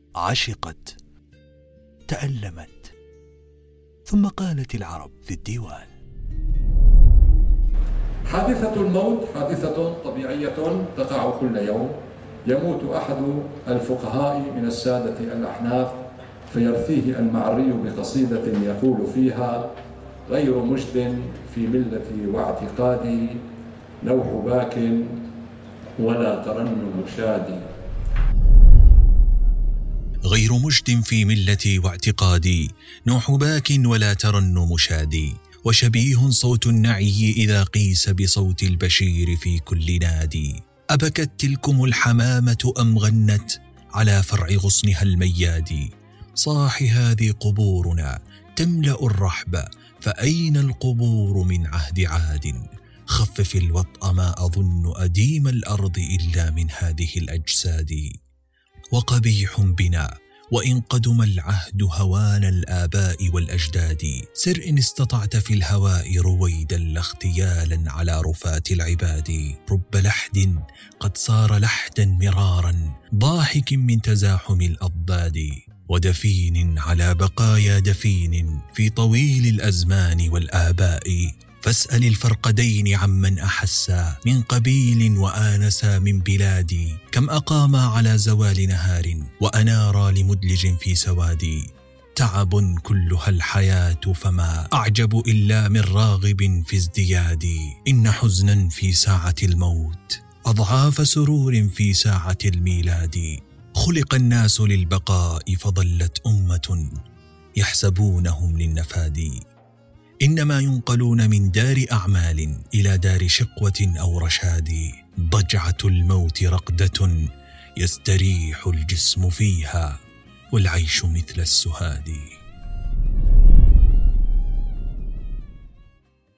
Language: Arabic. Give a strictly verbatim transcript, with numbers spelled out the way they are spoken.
عشقت، تألمت، ثم قالت العرب في الديوان: حادثة الموت حادثة طبيعية تقع كل يوم. يموت أحد الفقهاء من السادة الأحناف فيرثيه المعري بقصيدة يقول فيها: غير مجد في ملتي واعتقادي، نوح باك ولا ترنم شادي. غير مجد في ملتي واعتقادي، نوح باك ولا ترنم شادي. وشبيه صوت النعي إذا قيس بصوت البشير في كل نادي. أبكت تلكم الحمامة أم غنت على فرع غصنها الميادي. صاح هذه قبورنا تملأ الرحب، فأين القبور من عهد عاد؟ خفف الوطأ ما أظن أديم الأرض إلا من هذه الأجساد. وقبيح بنا وإن قدم العهد هوان الآباء والأجداد. سر إن استطعت في الهواء رويدا لا اختيالا على رفات العباد. رب لحد قد صار لحدا مرارا، ضاحك من تزاحم الأضداد. ودفين على بقايا دفين في طويل الأزمان والآباء. فاسأل الفرقدين عمن أحسا من قبيل وآنسا من بلادي. كم أقاما على زوال نهار وأنارا لمدلج في سوادي. تعب كلها الحياة فما أعجب إلا من راغب في ازدياد. إن حزنا في ساعة الموت أضعاف سرور في ساعة الميلاد. خلق الناس للبقاء فظلت أمة يحسبونهم للنفاد. إنما ينقلون من دار أعمال إلى دار شقوة أو رشاد. ضجعة الموت رقدة يستريح الجسم فيها، والعيش مثل السهاد.